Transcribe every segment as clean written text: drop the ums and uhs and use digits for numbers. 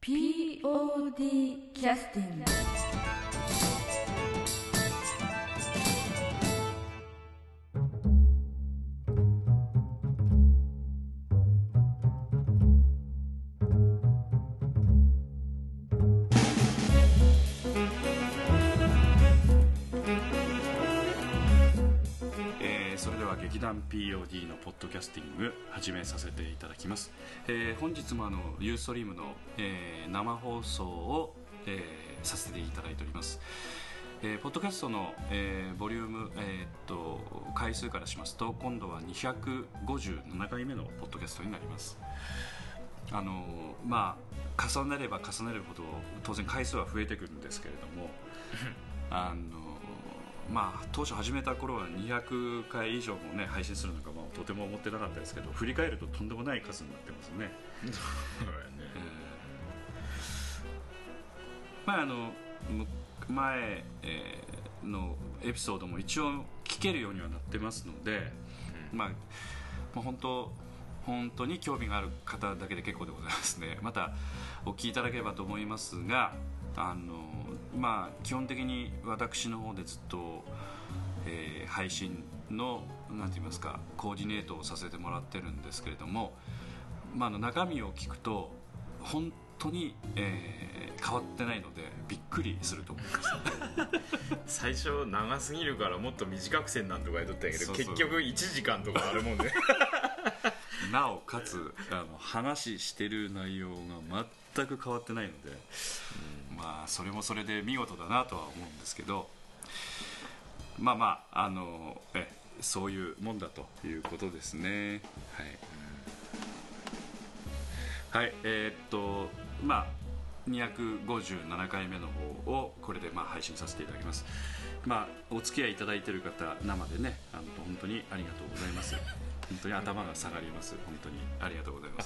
POD キャスティング。 それでは劇団 POD のポッドキャスティング始めさせていただきます。本日もユーストリームの、生放送を、させていただいております。ポッドキャストの、ボリューム、回数からしますと今度は257回目のポッドキャストになります。重ねれば重ねるほど当然回数は増えてくるんですけれども当初始めた頃は200回以上も、ね、配信するのか、とても思ってなかったですけど、振り返るととんでもない数になってますね。前、のエピソードも一応聞けるようにはなってますので、本当に興味がある方だけで結構でございますね。またお聞きいただければと思いますが、基本的に私の方でずっと、配信のなんて言いますかコーディネートをさせてもらってるんですけれども、中身を聞くと本当に、変わってないのでびっくりすると思います最初長すぎるからもっと短くせんなんとか言っとったんやけど、結局1時間とかあるもんねなおかつ話してる内容が全く変わってないので、それもそれで見事だなとは思うんですけど、そういうもんだということですね。はい、257回目の方をこれで配信させていただきます。お付き合いいただいている方生でね、本当にありがとうございます。本当に頭が下がります。本当にありがとうございます。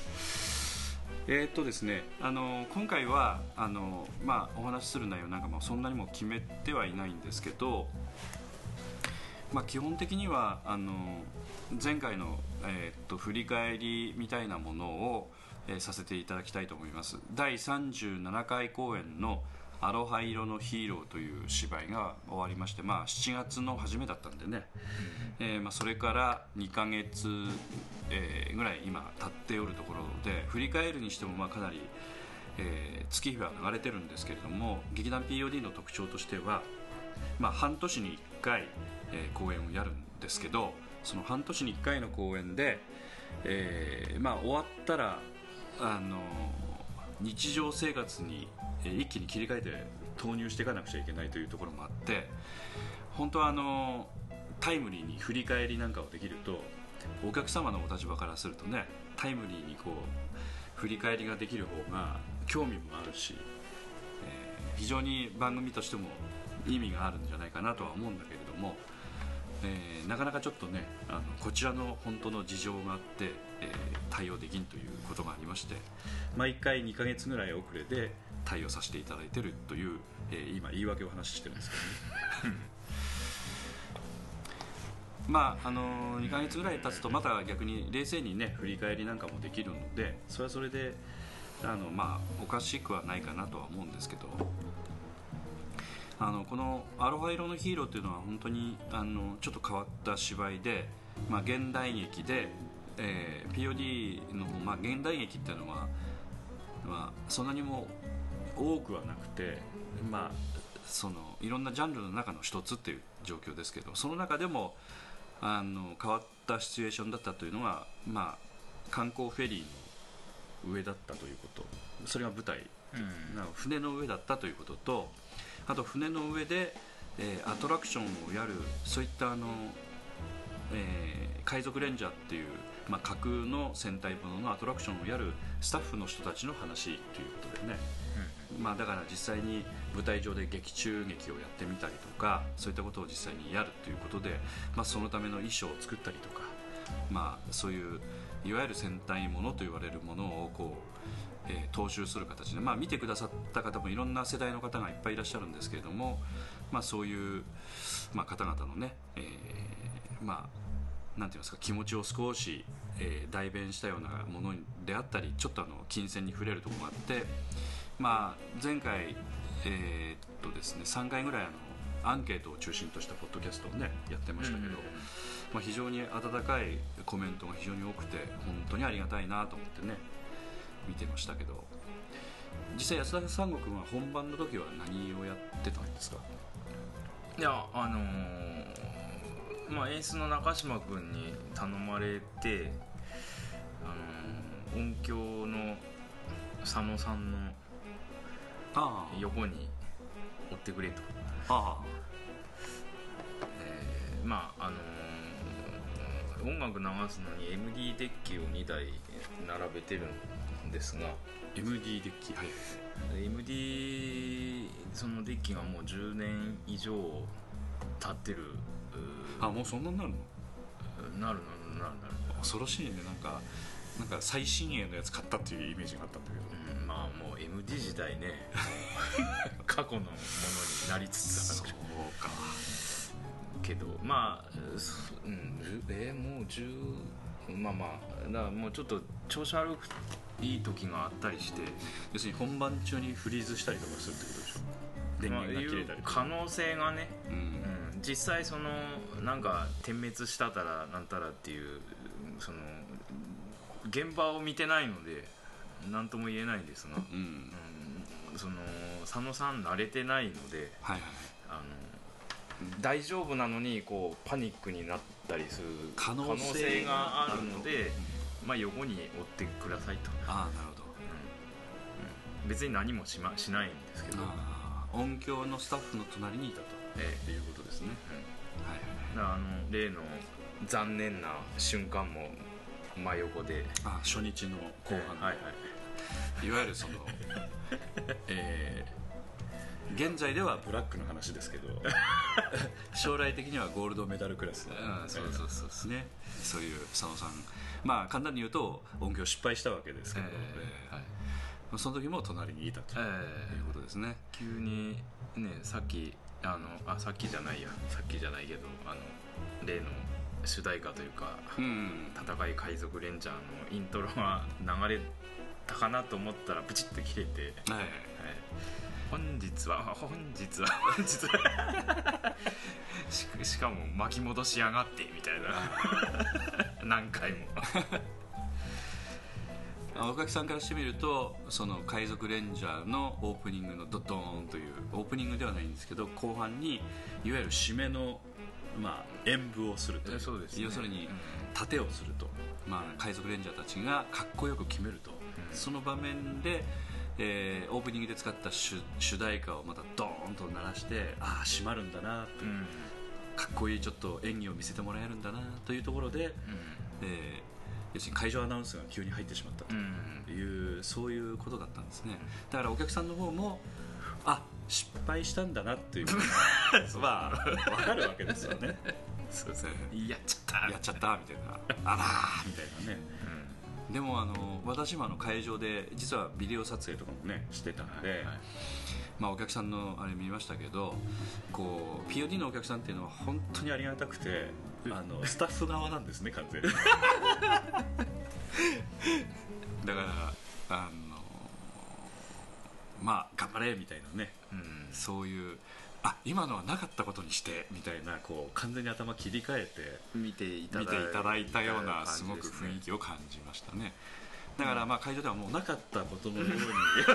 ですね、今回はお話しする内容なんかもそんなにも決めてはいないんですけど、基本的には前回の、振り返りみたいなものを、させていただきたいと思います。第37回公演のアロハ色のヒーローという芝居が終わりまして、7月の初めだったんでね、それから2ヶ月、ぐらい今経っておるところで、振り返るにしてもかなり、月日は流れてるんですけれども、劇団 POD の特徴としては、半年に1回、公演をやるんですけど、その半年に1回の公演で、終わったら日常生活に一気に切り替えて投入していかなくちゃいけないというところもあって、本当はタイムリーに振り返りなんかをできると、お客様のお立場からするとね、タイムリーに振り返りができる方が興味もあるし、非常に番組としても意味があるんじゃないかなとは思うんだけれども、なかなかちょっとねこちらの本当の事情があって、対応できんということがありまして、毎回2ヶ月ぐらい遅れで対応させていただいているという、今言い訳を話してるんですけどね2ヶ月ぐらい経つとまた逆に冷静にね振り返りなんかもできるので、それはそれでおかしくはないかなとは思うんですけど、このアロハ色のヒーローというのは本当にちょっと変わった芝居で、現代劇で、POD の方、現代劇っていうのは、そんなにも多くはなくて、いろんなジャンルの中の一つっていう状況ですけど、その中でも変わったシチュエーションだったというのは、観光フェリーの上だったということ、それが舞台、船の上だったということと、あと船の上で、アトラクションをやる、そういった海賊レンジャーっていう、架空の戦隊もののアトラクションをやるスタッフの人たちの話ということでね、だから実際に舞台上で劇中劇をやってみたりとか、そういったことを実際にやるということで、そのための衣装を作ったりとか、そういういわゆる戦隊ものと言われるものを踏襲する形で、見てくださった方もいろんな世代の方がいっぱいいらっしゃるんですけれども、そういう、方々のね、 なんていうんですか、気持ちを少し、代弁したようなものであったり、ちょっと金銭に触れるところがあって、まあ、前回、ですね、3回ぐらいアンケートを中心としたポッドキャストをねやってましたけど、まあ、非常に温かいコメントが非常に多くて本当にありがたいなと思ってね見てましたけど、実際安田三悟君は本番の時は何をやってたんですか？ いやまあ、演出の中島君に頼まれて、音響の佐野さんの横に追ってくれと。まあ音楽流すのに MD デッキを2台並べてるんですが、 MD デッキ、はい、 MD そのデッキがもう10年以上経ってる。 もうそんなになるの？ なる恐ろしいね。なんか最新鋭のやつ買ったっていうイメージがあったんだけど、 まあもう MD 時代ね過去のものになりつつある。 そうか。 けどまあ、もう10、まあだからもうちょっと調子悪くいい時があったりして、 要するに本番中にフリーズしたりとかするってことでしょ？電源が切れたりとか、 可能性がね、実際そのなんか点滅したたらなんたらっていうその現場を見てないので何とも言えないんですが、その佐野さん慣れてないので、大丈夫なのにこうパニックになったりする可能性があるので、まあ、横に追ってくださいと。 なるほど、 別に何もしないんですけど、 音響のスタッフの隣にいたと、っていうことですね。 例の残念な瞬間も真横で、 初日の後半の、いわゆるその現在ではブラックの話ですけど将来的にはゴールドメダルクラスの、ね、そういう佐野さん、まあ簡単に言うと音響失敗したわけですけど、その時も隣にいたということですね。 急にね、さっきじゃないけど例の主題歌というか、戦い海賊レンジャーのイントロが流れたかなと思ったらプチッと切れて、本日はしかも巻き戻しやがってみたいな何回もおかきさんからしてみると、その海賊レンジャーのオープニングのドドーンというオープニングではないんですけど、後半にいわゆる締めの、演舞をするという、 そうですね、 要するに盾をすると、海賊レンジャーたちがかっこよく決めると、その場面で、オープニングで使った主題歌をまたドーンと鳴らして、締まるんだなという、かっこいいちょっと演技を見せてもらえるんだなというところで、要するに会場アナウンスが急に入ってしまったという、そういうことだったんですね。だからお客さんの方も失敗したんだなっていう分かるわけですよね。 やっちゃったみたいな、みたいなね。でも私も会場で実はビデオ撮影とかもねしてたので、お客さんのあれ見ましたけど、こう POD のお客さんっていうのは本当にありがたくて、スタッフ側なんですね、完全に。だから頑張れみたいなね、そういう今のはなかったことにしてみたいな、こう完全に頭切り替えて見ていただいたようなすごく雰囲気を感じましたね。だから会場ではもうなかったことのように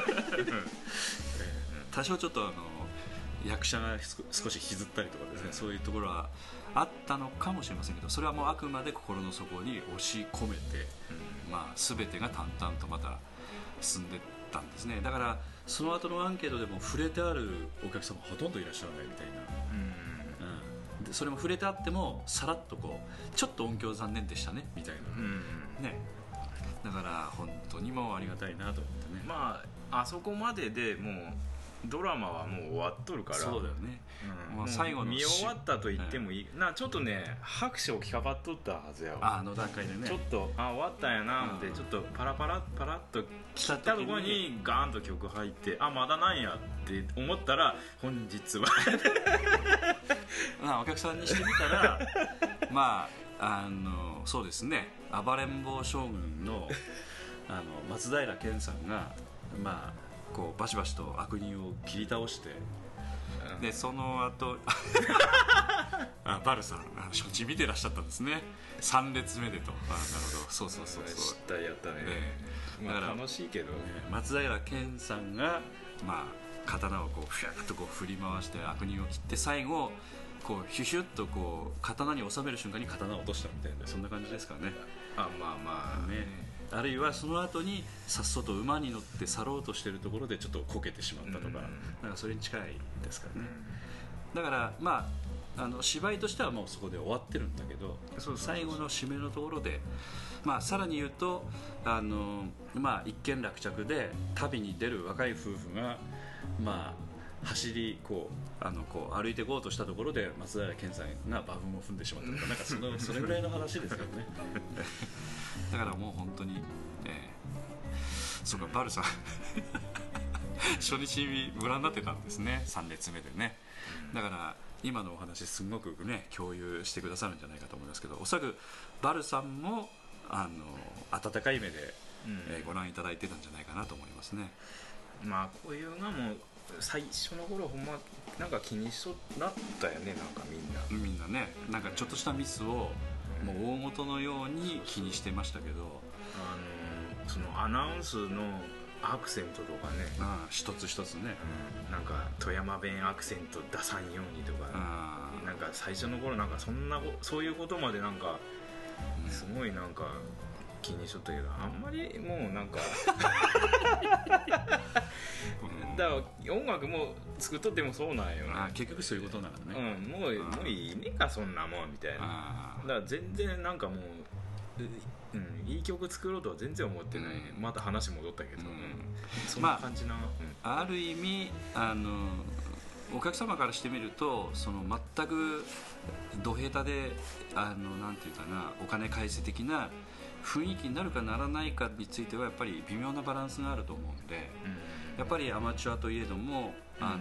多少ちょっと役者が少し引きずったりとかですね、そういうところはあったのかもしれませんけど、それはもうあくまで心の底に押し込めて、全てが淡々とまた進んでったんですね。だからその後のアンケートでも触れてあるお客様ほとんどいらっしゃらないみたいな、でそれも触れてあってもさらっとこうちょっと音響残念でしたねみたいな、ね、だから本当にもうありがたいなと思ってね。 あそこまででもうドラマはもう終わっとるから、 そうだよね、最後の見終わったと言ってもいい、ちょっとね拍手を聞かばっとったはずやわ。 段階でね、 ちょっと終わったんやなって、ちょっとパラッと切ったところにガーンと曲入って、まだなんやって思ったら本日はお客さんにしてみたらそうですね、暴れん坊将軍の松平健さんが、まあ、こうバシバシと悪人を切り倒して、でその後バルさん初日見てらっしゃったんですね、3列目でと。なるほど、そうそうそうそう、 知ったやったね、 だから楽しいけど、 松平健さんが、まあ、刀をこうフューッとこう振り回して悪人を切って、最後こうヒュヒュッとこう刀に収める瞬間に刀を落としたみたいな、そんな感じですからね。 まあまあね、あるいはその後にさっそと馬に乗って去ろうとしているところでちょっとこけてしまったとか、なんかそれに近いですからね。だからまあ芝居としてはもうそこで終わってるんだけど、最後の締めのところで、まあ、さらに言うとまあ、一件落着で旅に出る若い夫婦が、まあ、走りこう歩いていこうとしたところで松平健さんが馬糞を踏んでしまったとか、なんかそれぐらいの話ですよねだからもう本当に、そうか、バルさん初日ご覧になってたんですね、3列目でね。だから今のお話すごくね共有してくださるんじゃないかと思いますけど、おそらくバルさんも温かい目で、ご覧いただいてたんじゃないかなと思いますね。 まあこういうのも最初の頃ほんまなんか気にしそうだったよね、なんかみんなね、なんかちょっとしたミスをもう大事のように気にしてましたけど、 そのアナウンスのアクセントとかね、 一つ一つね、 なんか富山弁アクセント出さんようにとか、なんか最初の頃なんかそういうことまでなんかすごいなんか気にしとったけど、あんまりもうなんかだから音楽も作っとってもそうなんよ、 結局そういうことなのね、 もういいねかそんなもんみたいな。だから全然なんかもういい曲作ろうとは全然思ってない、また話戻ったけど、そんな感じな、 ある意味お客様からしてみると、その全くド下手でなんていうかな、お金返せ的な雰囲気になるかならないかについてはやっぱり微妙なバランスがあると思うんで、やっぱりアマチュアといえども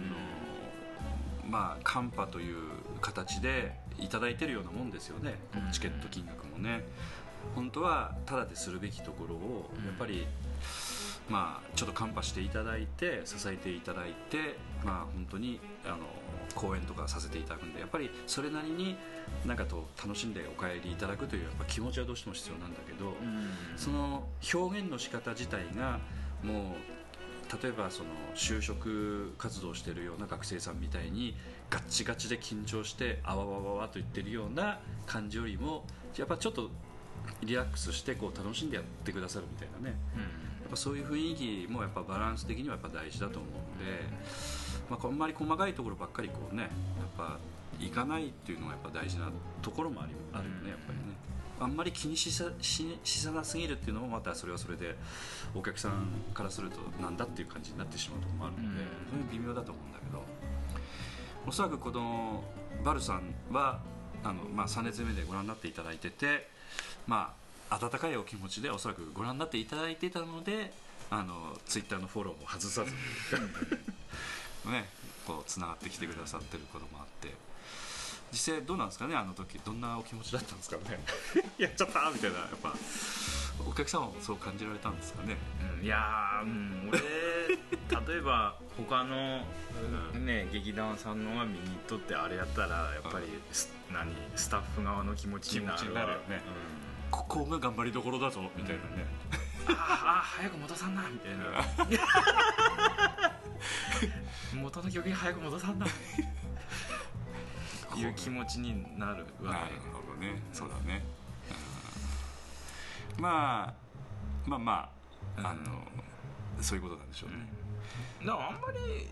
まあカンパという形でいただいてるようなもんですよね、チケット金額もね。本当はタダでするべきところをやっぱり、まあ、ちょっとカンパしていただいて支えていただいて、まあ、本当に講演とかさせていただくんで、やっぱりそれなりになんかと楽しんでお帰りいただくというやっぱ気持ちはどうしても必要なんだけど、その表現の仕方自体がもう例えばその就職活動しているような学生さんみたいにガッチガチで緊張してあわわわわと言ってるような感じよりも、やっぱちょっとリラックスしてこう楽しんでやってくださるみたいなね、やっぱそういう雰囲気もやっぱバランス的にはやっぱ大事だと思うので、まあ、あんまり細かいところばっかりこうねやっぱいかないっていうのがやっぱ大事なところもあるよね、やっぱりね。あんまり気にしさなすぎるっていうのもまたそれはそれでお客さんからするとなんだっていう感じになってしまうところもあるので、それ微妙だと思うんだけど、おそらくこのバルさんはまあ、3列目でご覧になっていただいてて、まあ、温かいお気持ちでおそらくご覧になっていただいてたのでツイッターのフォローも外さずにね、こうつながってきてくださってることもあって、実際どうなんですかね、あの時どんなお気持ちだったんですかねやっちゃったみたいな、やっぱお客様もそう感じられたんですかね。 いや俺例えば他の、劇団さんのが見に行っとってあれやったらやっぱり、スタッフ側の気持ちになるわよね、 ここが頑張りどころだぞみたいなね、 早く戻さんなみたいな元の曲に早く戻さんないう気持ちになるわけ。 なるほどね、そうだね、まあそういうことなんでしょうね。 だからあんまり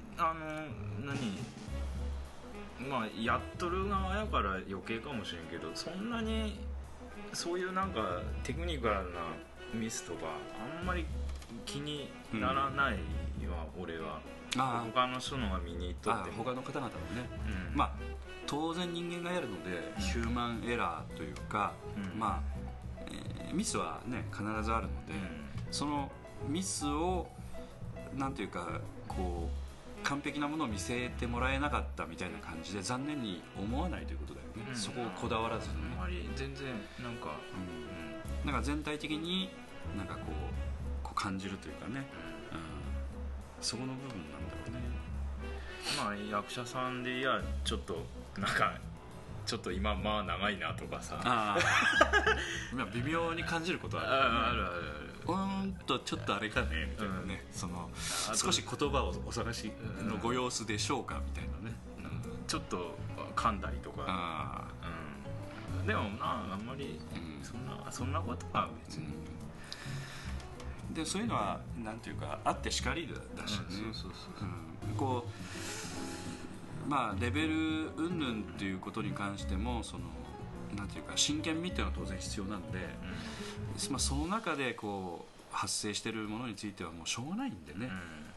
まあやっとる側やから余計かもしれんけど、そんなにそういうなんかテクニカルなミスとかあんまり気にならないわ、俺は。他の人のが見に行っとって他の方々もね、まあ当然人間がやるので、ヒューマンエラーというか、まあミスはね必ずあるので、そのミスをなんていうかこう完璧なものを見せてもらえなかったみたいな感じで残念に思わないということだよね、そこをこだわらずにね。 あんまり全然なんか、 なんか全体的になんかこう感じるというかね、そこの部分なんだろうね。 まあ役者さんでいやちょっとなんかちょっと今まあ長いなとかさ微妙に感じることはあるあるちょっとあれかねみたいなね、少し言葉をお探しのご様子でしょうかみたいなね、 ちょっと噛んだりとか、でもあんまりそんなことは別に、 でそういうのはなんていうかあってしかりだしね、こうまあレベル云々っていうことに関してもなんていうか真剣味っていうのは当然必要なんで、その中でこう発生しているものについてはもうしょうがないんでね、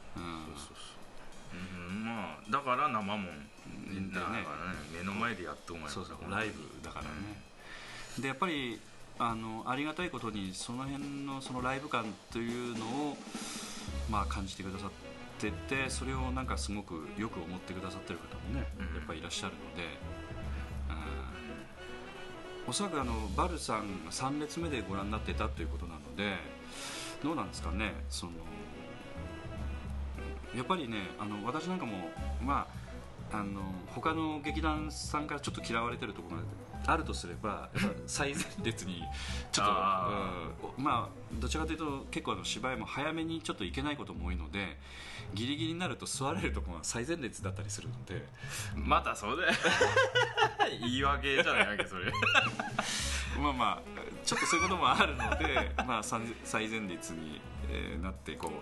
まあだから生もんだからね、目の前でやってお前ライブだからね、でやっぱりありがたいことにその辺のそのライブ感というのをまあ感じてくださってて、それをなんかすごくよく思ってくださってる方もね、やっぱりいらっしゃるので、おそらくバルさんが3列目でご覧になってたということなので、どうなんですかね、やっぱりね私なんかもまあ他の劇団さんからちょっと嫌われてるところがあるとすれば、やっぱ最前列にちょっとまあどちらかというと結構芝居も早めにちょっといけないことも多いので、ギリギリになると座れるところが最前列だったりするので、 またそうだよ言い訳じゃないわけそれまあちょっとそういうこともあるのでまあ最前列に、なってこ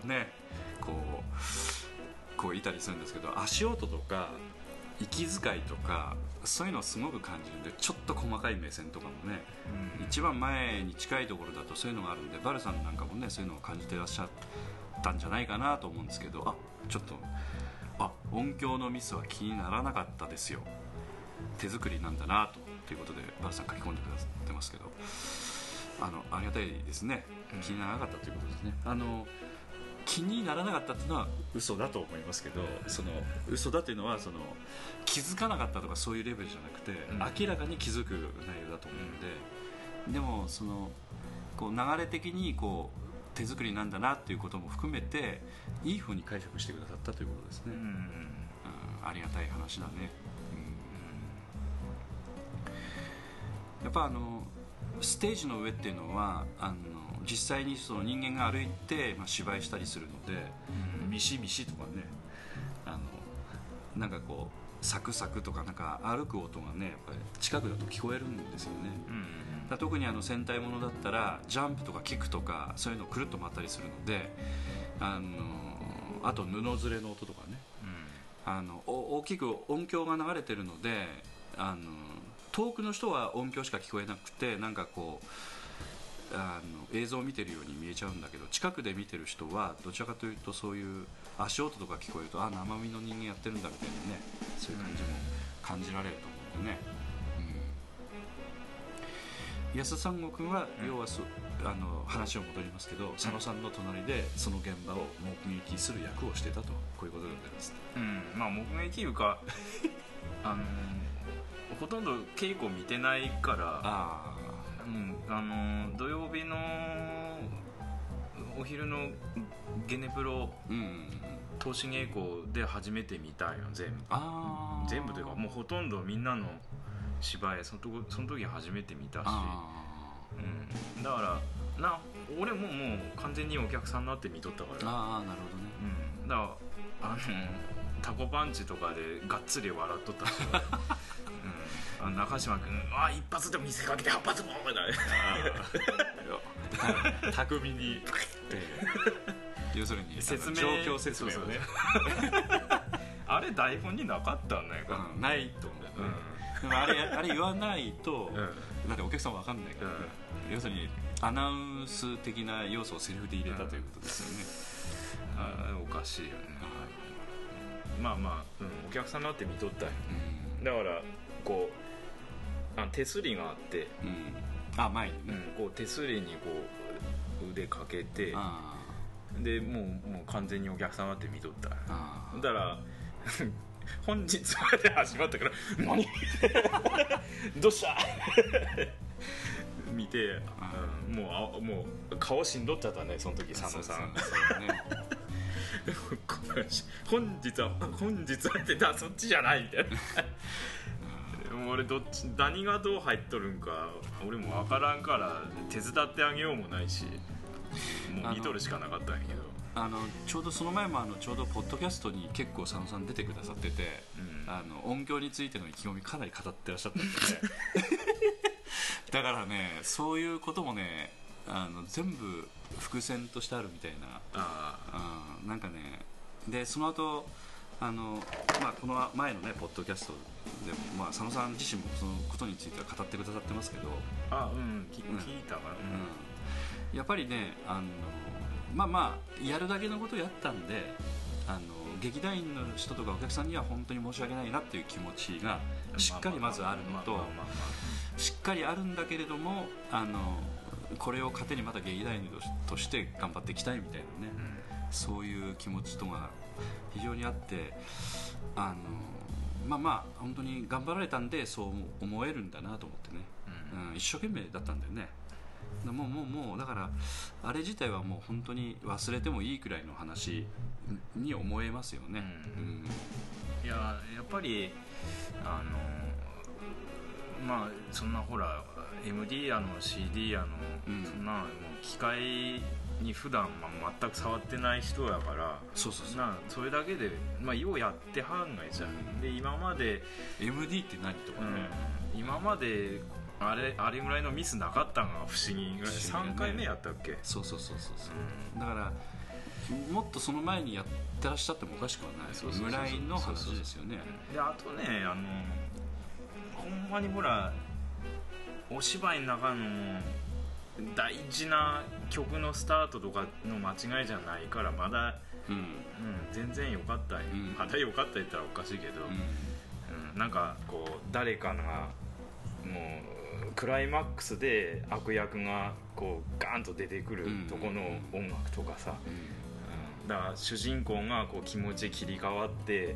ういたりするんですけど、足音とか息遣いとかそういうのをすごく感じるんで、ちょっと細かい目線とかもね、一番前に近いところだとそういうのがあるんで、バルさんなんかもねそういうのを感じてらっしゃったんじゃないかなと思うんですけど、ちょっと音響のミスは気にならなかったですよ、手作りなんだなということでバルさん書き込んでくださってますけど、ありがたいですね、気にならなかったということですね。気にならなかったっていうのは嘘だと思いますけど、嘘だというのは気づかなかったとかそういうレベルじゃなくて、明らかに気づく内容だと思うので、でもこう流れ的にこう手作りなんだなっていうことも含めていい風に解釈してくださったということですね、ありがたい話だね、やっぱステージの上っていうのは実際に人間が歩いて、芝居したりするので、ミシミシとかね、なんかこうサクサクとかなんか歩く音がねやっぱり近くだと聞こえるんですよね、特に戦隊ものだったらジャンプとかキックとかそういうのくるっと回ったりするので、あと布ずれの音とかね、大きく音響が流れてるので遠くの人は音響しか聞こえなくてなんかこう映像を見てるように見えちゃうんだけど、近くで見てる人はどちらかというとそういう足音とか聞こえると生身の人間やってるんだみたいなね、そういう感じも感じられると思うんでね、安田三郷君は要は話を戻りますけど、佐野さんの隣でその現場を目撃する役をしてたと、こういうことでございます、 まあ目撃いうかほとんど稽古見てないから土曜日のお昼のゲネプロ投資稽古で初めて見たよ、全部というかもうほとんどみんなの芝居その時初めて見たし、だから俺ももう完全にお客さんになって見とったから、 なるほどね、 だからタコパンチとかでがっつり笑っとったし中島君一発でも見せかけて8発もみたいな巧みに要するに状況説明をねあれ台本になかったんないかな、 ないと思うんだよね、でもあれ言わないと、だってお客さん分かんないから、要するにアナウンス的な要素をセリフで入れたということですよね、 おかしいよね、まあお客さんになって見とったよ、だからこう手すりがあって、 前にね、 こう手すりにこう腕かけてでもう完全にお客様って見とっただから本日まで始まったから何どうした見て、もう顔しんどっちゃったねその時佐野さん本日はってそっちじゃないみたいな俺何がどう入っとるんか俺も分からんから手伝ってあげようもないしもう見とるしかなかったんやけどちょうどその前もちょうどポッドキャストに結構佐野さん出てくださってて、音響についての意気込みかなり語ってらっしゃったんでだからねそういうこともね全部伏線としてあるみたいななんかねでその後この前のねポッドキャストでも、佐野さん自身もそのことについては語ってくださってますけど聞いたから、 やっぱりねやるだけのことをやったんで劇団員の人とかお客さんには本当に申し訳ないなっていう気持ちがしっかりまずあるのとしっかりあるんだけれどもこれを糧にまた劇団員として頑張っていきたいみたいなね、そういう気持ちとが非常にあって本当に頑張られたんでそう思えるんだなと思ってね、一生懸命だったんだよね。もうだからあれ自体はもう本当に忘れてもいいくらいの話に思えますよね、 いややっぱりそんなほら MD やの CD やの、そんなもう機械に普段全く触ってない人やからそれだけでようやってはんがいじゃん、で今まで MD って何とかね、 今まであれぐらいのミスなかったのが不思議、3回目やったっけ。 そう、だからもっとその前にやってらっしゃってもおかしくはないぐらいの話ですよね。 であとねほんまにほらお芝居の中の大事な曲のスタートとかの間違いじゃないからまだ、全然良かった、まだ良かった言ったらおかしいけど、なんかこう誰かがもうクライマックスで悪役がこうガーンと出てくるとこの音楽とかさ、だから主人公がこう気持ち切り替わって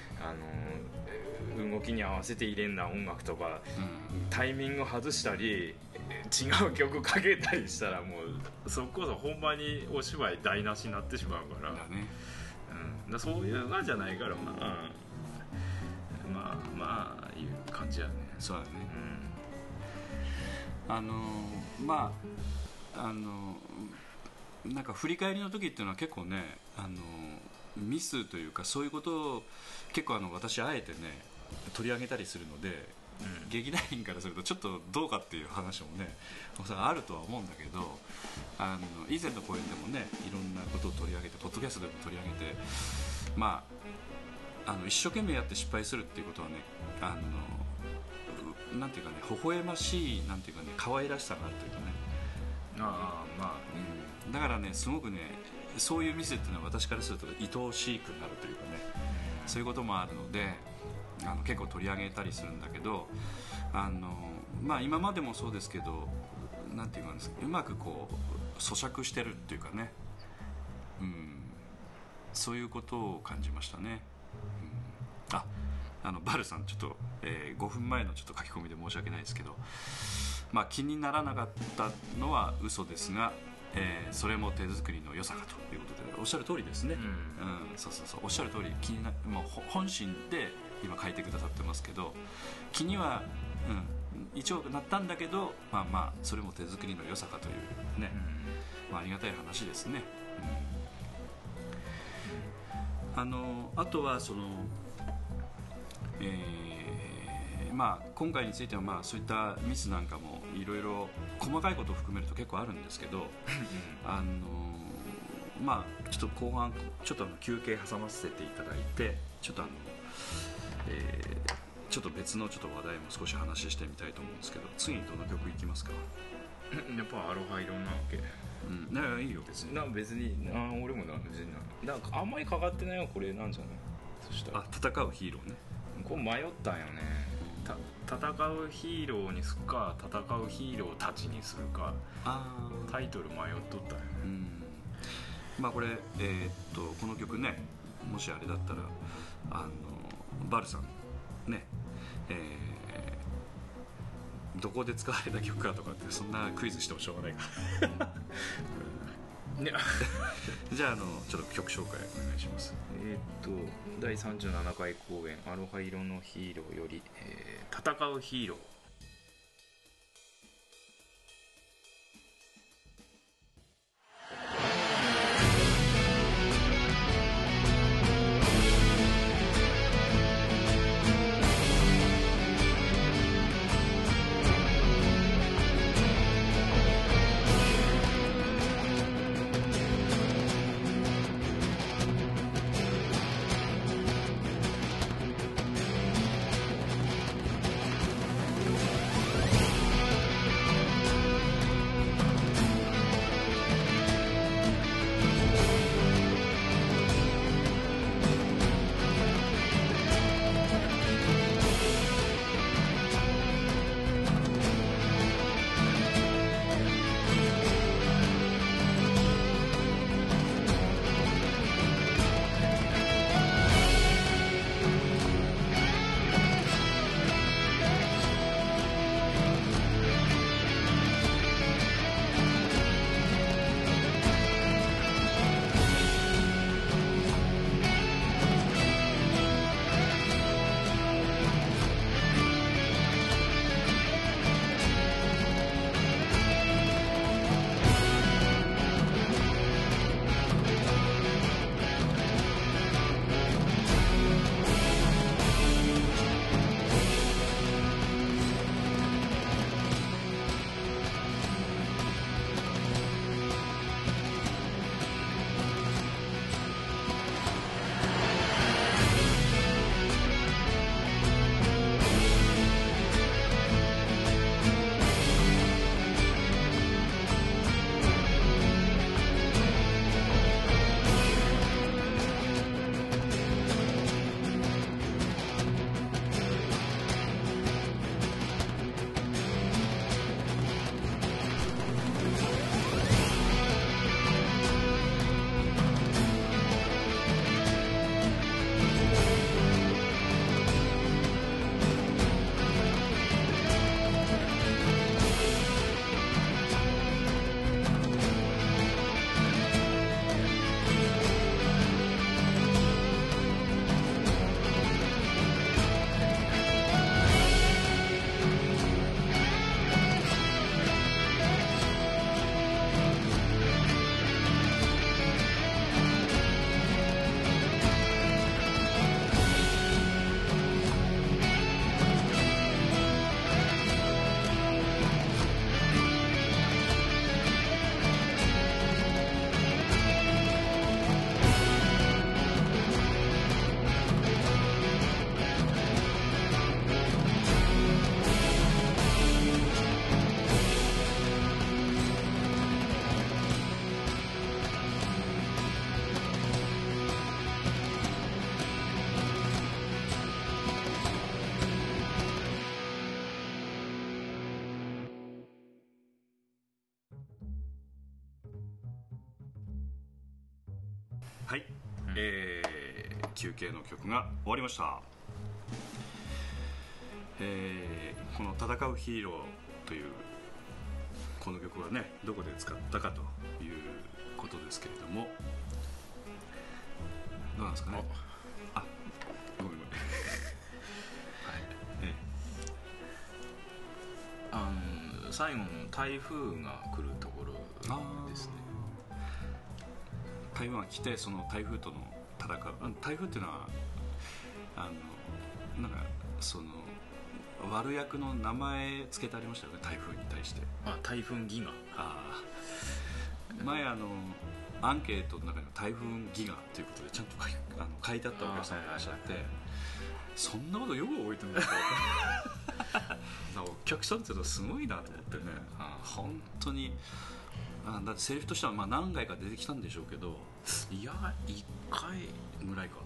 動きに合わせて入れんな音楽とか、タイミング外したり違う曲かけたりしたらもうそこそほんまにお芝居台無しになってしまうから、だそういうがじゃないからいう感じやね。 そうだね、なんか振り返りの時っていうのは結構ねミスというかそういうことを結構私あえてね取り上げたりするので、劇団員からするとちょっとどうかっていう話もねあるとは思うんだけど以前の公演でもねいろんなことを取り上げてポッドキャストでも取り上げて一生懸命やって失敗するっていうことはねなんていうかね微笑ましいなんていうかね可愛らしさがあるというかねだからねすごくねそういうミスっていうのは私からすると愛おしくなるというかね、そういうこともあるので結構取り上げたりするんだけど今までもそうですけどなんていうかうまくこう咀嚼してるっていうかね、そういうことを感じましたね。バルさんちょっと、5分前のちょっと書き込みで申し訳ないですけど、気にならなかったのは嘘ですが、それも手作りの良さかということでおっしゃる通りですね、そうおっしゃる通りもう本心で今書いてくださってますけど気には、一応なったんだけどそれも手作りの良さかというね、ありがたい話ですね、あとはその今回についてはそういったミスなんかもいろいろ細かいことを含めると結構あるんですけどちょっと後半ちょっと休憩挟ませていただいてちょっとちょっと別のちょっと話題も少し話してみたいと思うんですけど次にどの曲いきますか？ やっぱアロハ色なわけ。 いいよ別に。 俺も別になんかあんまりかかってないよこれなんじゃない？そしたら戦うヒーローね。 こう迷ったんよね。戦うヒーローにするか戦うヒーローたちにするかタイトル迷っとったんよ。 まあこれ、この曲ね、もしあれだったらバルさんね、どこで使われた曲かとかってそんなクイズしてもしょうがないからね、じゃあちょっと曲紹介お願いします。 第37回公演アロハ色のヒーローより、戦うヒーロー。 はい、休憩の曲が終わりました。この戦うヒーローというこの曲はね、どこで使ったかということですけれども、どうなんですかね。ごめんごめんはい、最後の台風が来るところですね。 台風が来て、その台風との戦う。台風っていうのはなんかその悪役の名前付けてありましたよね、台風に対して。 台風ギガ。 前アンケートの中には台風ギガということでちゃんと書いてあったお客さんがいらっしゃって、そんなことよく覚えてるんですかお客さんっていうのはすごいなと思ってね。本当にだってセリフとしてはまあ何回か出てきたんでしょうけど、 いや1回ぐらいか。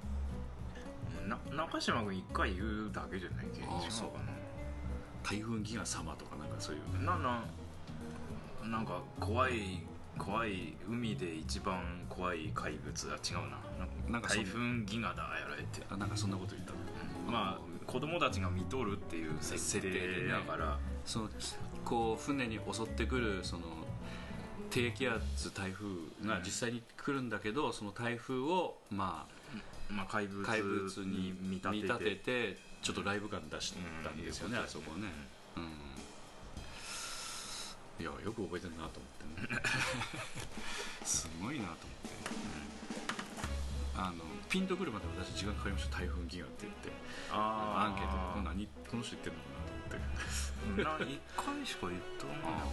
中島君1回言うだけじゃないけど、 そうかな。台風ギガ様とかなんかそういうなんか怖い怖い海で一番怖い怪物は違うな、 なんか台風ギガだやられて、 なんかそんなこと言ったの、 まあ子供たちが見とるっていう設定だから、 そのこう船に襲ってくるその低気圧台風が実際に来るんだけど、その台風をまあ怪物に見立ててちょっとライブ感出したんですよね、あそこね、いやよく覚えてるなと思ってねすごいなと思って、ピンとくるまで私時間かかりました。台風ギガって言ってアンケートでこの人言ってるのかなと思って 1回しか言っとらんな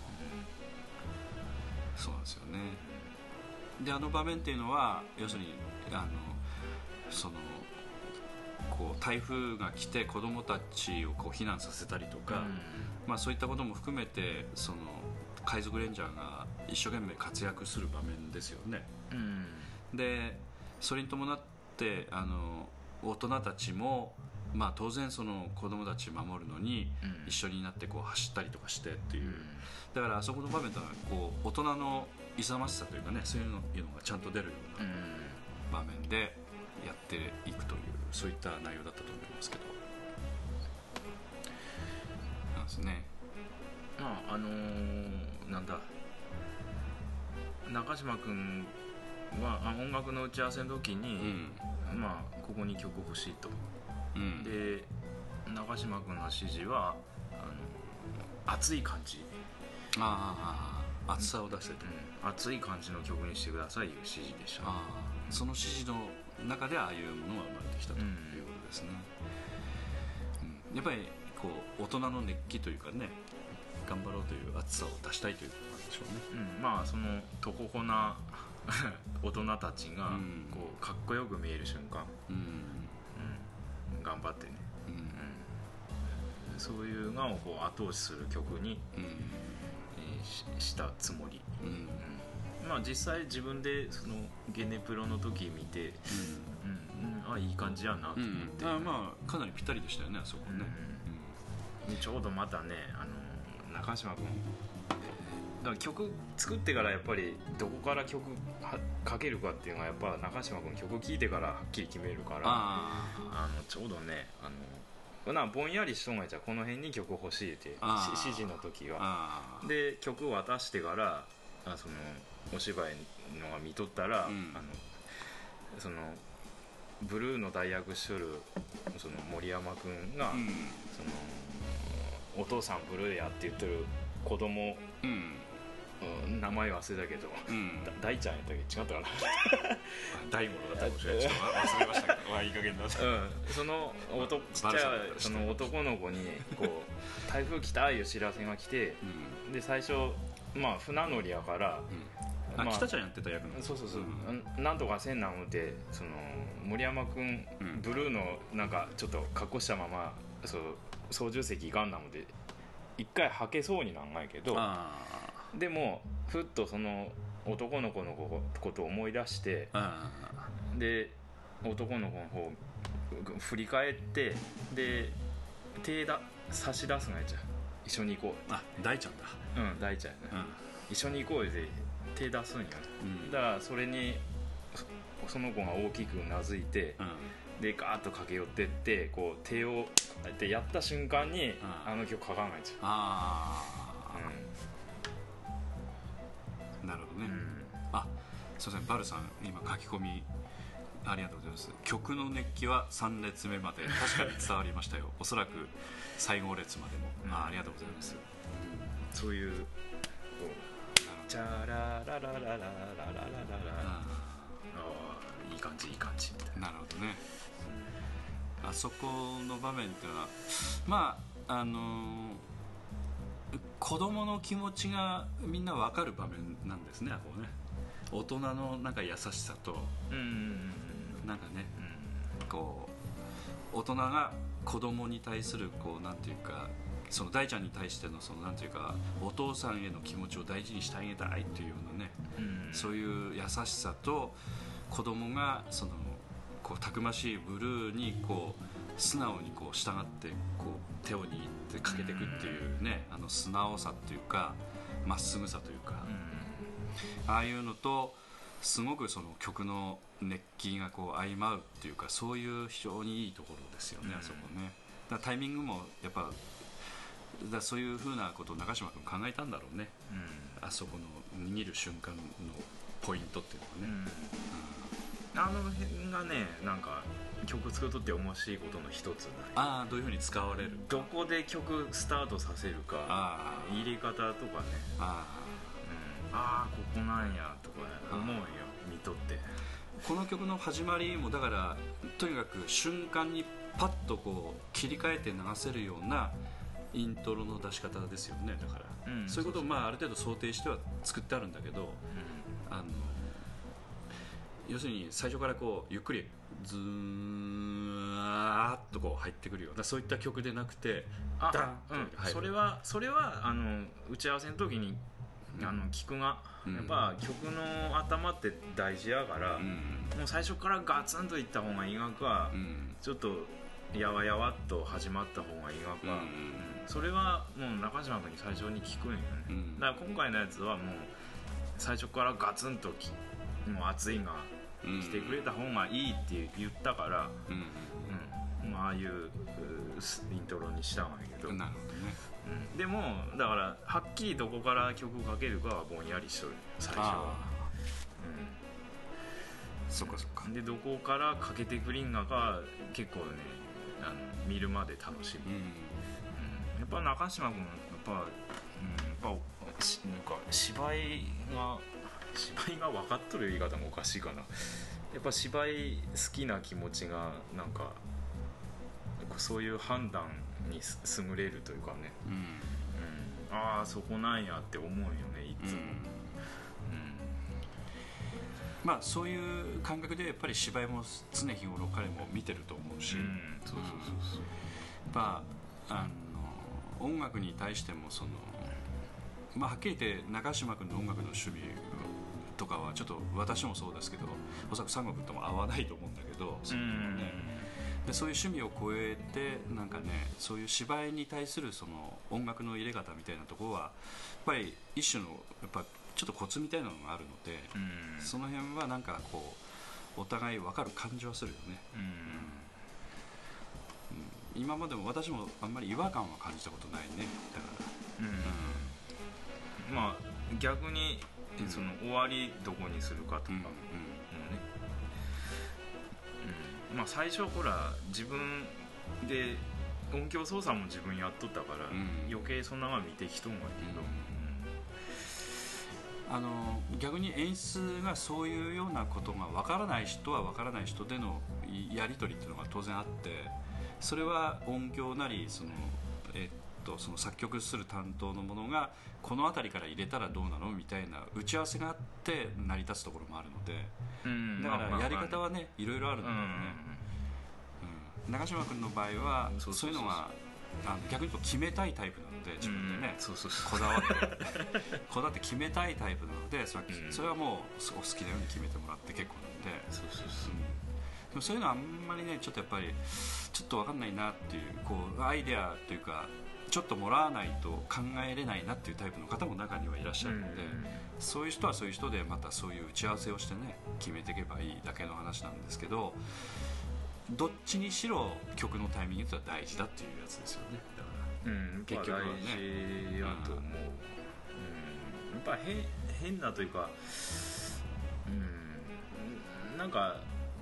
そうなんですよね。で場面っていうのは要するにそのこう台風が来て子どもたちをこう避難させたりとか、まあ、そういったことも含めてその海賊レンジャーが一生懸命活躍する場面ですよね、でそれに伴って大人たちも、まあ、当然その子どもたちを守るのに一緒になってこう走ったりとかしてっていう、だからあそこの場面というのはこう大人の勇ましさというかね、そういうのがちゃんと出るような場面でやっていくという、そういった内容だったと思いますけど、なんですね。 まあなんだ、中島君は音楽の打ち合わせの時に、まあここに曲欲しいと、で中島君の指示は熱い感じ、 熱さを出せと、 熱い感じの曲にしてくださいいう指示でした、 その指示の中でああいうものが生まれてきたということですね、やっぱりこう大人の熱気というかね、頑張ろうという熱さを出したいということなんでしょうね、 まあそのとここな大人たちがこうかっこよく見える瞬間、頑張ってね、そういうのをこう後押しする曲に、したつもり、まあ実際自分でそのゲネプロの時見て、いい感じやなと思って、 まあかなりぴったりでしたよね、あそこね、 ちょうどまたね中島君だから曲作ってからやっぱりどこから曲かけるかっていうのはやっぱ中島君曲聴いてからはっきり決めるから、ちょうどねぼんやりしとんがいちゃこの辺に曲欲しいって指示の時はで曲渡してからそのお芝居のが見とったら、そのブルーの代役しとるその森山君が、そのお父さんブルーやって言ってる子供、名前忘れたけど、大ちゃんやったっけ、違ったかな大物だったかもしれない、ちょっと忘れましたけどいい加減だ、 そのちっちゃいその男の子にこう台風来たいう知らせが来て、で最初まあ船乗りやから、 北ちゃんやってた役なんです。 そう、なんとかせんな思ってその森山君、ブルーのなんかちょっと格好したまま操縦席行かんなので一回はけそうになんないけど、でもふっとその男の子のことを思い出して、で男の子の方振り返ってで差し出すのやつじゃん、一緒に行こう、 大ちゃんだ、 大ちゃんやね、一緒に行こうで手出すんや、だからそれにその子が大きくうなずいて、でガーッと駆け寄ってってこう手をってやった瞬間にあの曲かかんないんですよ。 なるほどね、すいません、バルさん今書き込みありがとうございます。曲の熱気は3列目まで確かに伝わりましたよおそらく最後列までも、ありがとうございます、 そういうチャララララララララララいい感じみたいな。 なるほどね、あそこの場面っていうのはまあ子供の気持ちがみんな分かる場面なんですね、こうね大人のなんか優しさと、なんかね、こう大人が子供に対するこうなんていうか、その大ちゃんに対してのそのなんていうかお父さんへの気持ちを大事にしてあげたいというようなね、そういう優しさと子供がそのこうたくましいブルーにこう素直にこう従ってこう手を握ってかけていくっていうね、素直さっていうかまっすぐさというか、 ああいうのとすごくその曲の熱気がこう相まうっていうか、そういう非常にいいところですよね、あそこね。だからタイミングもやっぱだそういうふうなことを中島君考えたんだろうね、あそこの握る瞬間のポイントっていうのはね、 あの辺がね、なんか曲作るとって面白いことの一つああ、どういうふうに使われるか、 どこで曲スタートさせるか、入れ方とかね、あここなんやとか思うよ、見とって。 この曲の始まりもだからとにかく瞬間にパッとこう切り替えて流せるようなイントロの出し方ですよね。だから、そういうことをまあある程度想定しては作ってあるんだけど、要するに最初からこうゆっくりズーッとこう入ってくるようなそういった曲でなくて、ダンと入る。 それは打ち合わせの時に聞くがやっぱ曲の頭って大事やから、もう最初からガツンといった方がいいがか、ちょっとやわやわっと始まった方がいいがか、それはもう中島君に最初に聞くんよね、だから今回のやつはもう最初からガツンともう熱いが来てくれた方がいいって言ったから、ああいうイントロにしたんやけど、 なるほどね。 でもだからはっきりどこから曲をかけるかはぼんやりしとる最初は。 そっかそっか。 でどこからかけてくりんがか結構ね見るまで楽しみ、やっぱ中島君やっぱなんか芝居が分かっとる言い方もおかしいかな。やっぱ芝居好きな気持ちがなんかそういう判断に優れるというかね、ああそこなんやって思うよねいつも、 まあそういう感覚でやっぱり芝居も常日頃彼も見てると思うし、 そうやっぱ音楽に対してもそのまあはっきり言って中島君の音楽の趣味とかはちょっと私もそうですけどおそらく三国とも合わないと思うんだけど、でそういう趣味を超えてなんかね、そういう芝居に対するその音楽の入れ方みたいなところはやっぱり一種のやっぱちょっとコツみたいなのがあるので、その辺はなんかこうお互い分かる感じはするよね。今までも私もあんまり違和感は感じたことないね。だから、 まあ逆にその終わりどこにするかとか、まあ最初ほら自分で音響操作も自分やっとったから、余計そんなの見てきとんがいいけど、 逆に演出がそういうようなことが分からない人は分からない人でのやり取りっていうのが当然あって、それは音響なりその作曲する担当の者がこの辺りから入れたらどうなのみたいな打ち合わせがあって成り立つところもあるので、だからやり方はねいろいろあるんだけどね、中島君の場合はそういうのが逆に言うと決めたいタイプなので自分でねこだわって決めたいタイプなのでそれはもうお好きなように決めてもらって結構なので、でもそういうのはあんまりねちょっとやっぱりちょっと分かんないなっていうこうアイデアというかちょっともらわないと考えれないなっていうタイプの方も中にはいらっしゃるので、そういう人はそういう人でまたそういう打ち合わせをしてね決めていけばいいだけの話なんですけど、どっちにしろ曲のタイミングってのは大事だっていうやつですよね。だから結局はね大事やと思う、やっぱ変なというか、なんか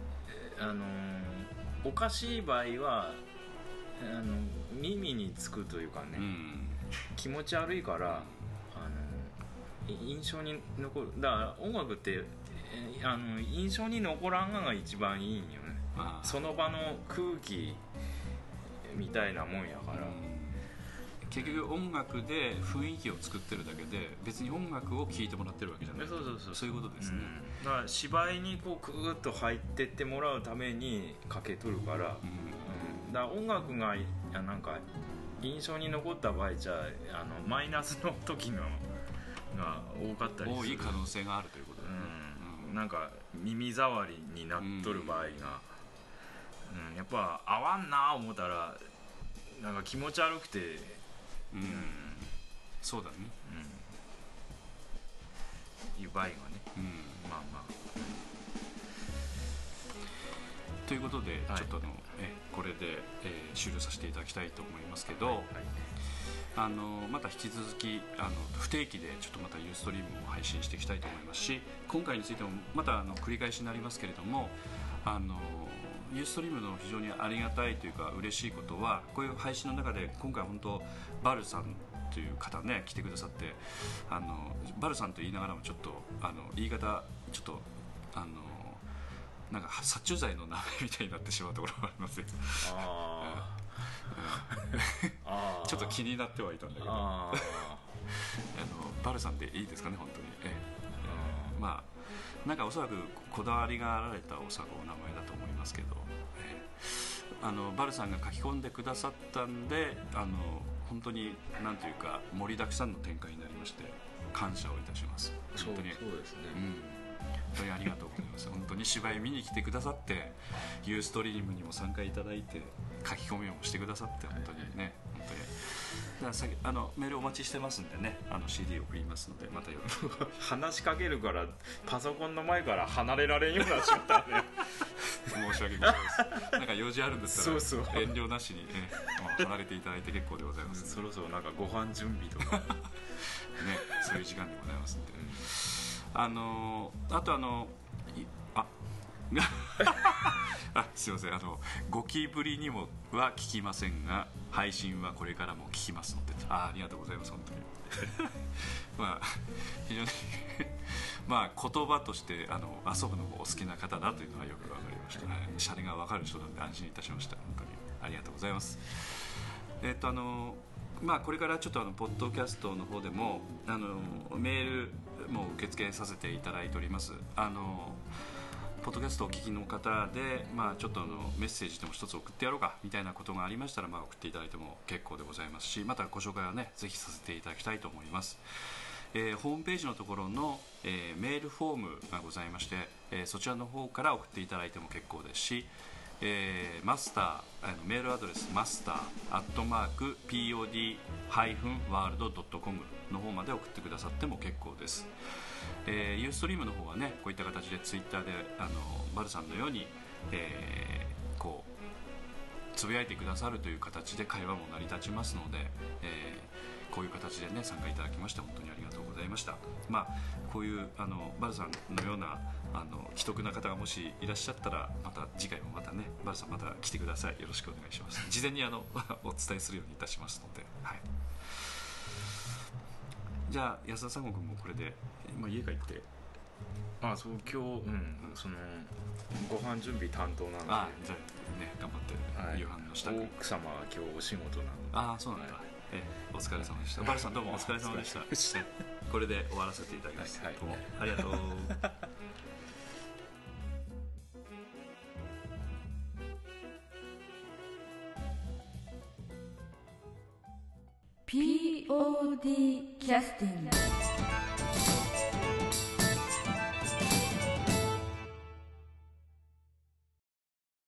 おかしい場合は耳につくというかね、気持ち悪いから印象に残る。だから音楽って印象に残らんが一番いいんよね。その場の空気みたいなもんやから、 結局音楽で雰囲気を作ってるだけで別に音楽を聴いてもらってるわけじゃない。そういうことですね、 だから芝居にこうクーッと入ってってもらうためにかけとるから、だから音楽がなんか印象に残った場合じゃマイナスの時のが多かったりする、 多い可能性があるということで、 なんか耳障りになっとる場合が、やっぱ合わんな思ったらなんか気持ち悪くて、 そうだね、 いう場合がね、まあまあということで、 はい、 ちょっとこれで、終了させていただきたいと思いますけど、また引き続き不定期でちょっとまたユーストリームを配信していきたいと思いますし、今回についてもまた繰り返しになりますけれども、ユーストリームの非常にありがたいというか嬉しいことは、こういう配信の中で今回本当バルさんという方ね来てくださって、バルさんと言いながらもちょっと言い方ちょっとなんか殺虫剤の名前みたいになってしまうところもありますよ。ちょっと気になってはいたんだけどバルさんでいいですかね本当に。まあなんかおそらくこだわりがあられたお名前だと思いますけど、バルさんが書き込んでくださったんで本当になんというか盛りだくさんの展開になりまして感謝をいたします。本当にそうですね、 本当にありがとうございます。本当に芝居見に来てくださってユーストリームにも参加いただいて書き込みもしてくださって本当にね、本当にだからメールお待ちしてますんでね、CD 送りますのでまたよろしく話しかけるからパソコンの前から離れられんような仕事だね申し訳ございません。なんか用事あるんですからそう遠慮なしに、離れていただいて結構でございます、 そろそろなんかご飯準備とかね、 そういう時間でございますんで、あとすいません、ゴキブリにもは聞きませんが配信はこれからも聞きますので、ありがとうございます本当にまあ非常にまあ言葉として遊ぶのもお好きな方だというのはよく分かりました、シャレが分かる人なんで安心いたしました。本当にありがとうございます。まあこれからちょっとポッドキャストの方でもメールも受け付けさせていただいております。ポッドキャストをお聞きの方で、まあ、ちょっとメッセージでも一つ送ってやろうかみたいなことがありましたら、まあ、送っていただいても結構でございますし、またご紹介はねぜひさせていただきたいと思います。ホームページのところの、メールフォームがございまして、そちらの方から送っていただいても結構ですし、マスターメールアドレスマスター@pod-world.com の方まで送ってくださっても結構です。ユーストリームの方はねこういった形でツイッターでバルさんのように、こうつぶやいてくださるという形で会話も成り立ちますので、こういう形でね参加いただきまして本当にありがとうございました。まあこういうバルさんのような既得な方がもしいらっしゃったらまた次回もまたねバルさんまた来てください。よろしくお願いします。事前にお伝えするようにいたしますので、はい、じゃあ安田三郷君もこれで、家帰ってそう今日、そのご飯準備担当なので、 じゃあね頑張って、夕飯の支度、 奥様は今日お仕事なので、 そうなんだ、お疲れ様でした。バルさんどうもお疲れ様でした。これで終わらせていただきます。どうもありがとう POD キャスティング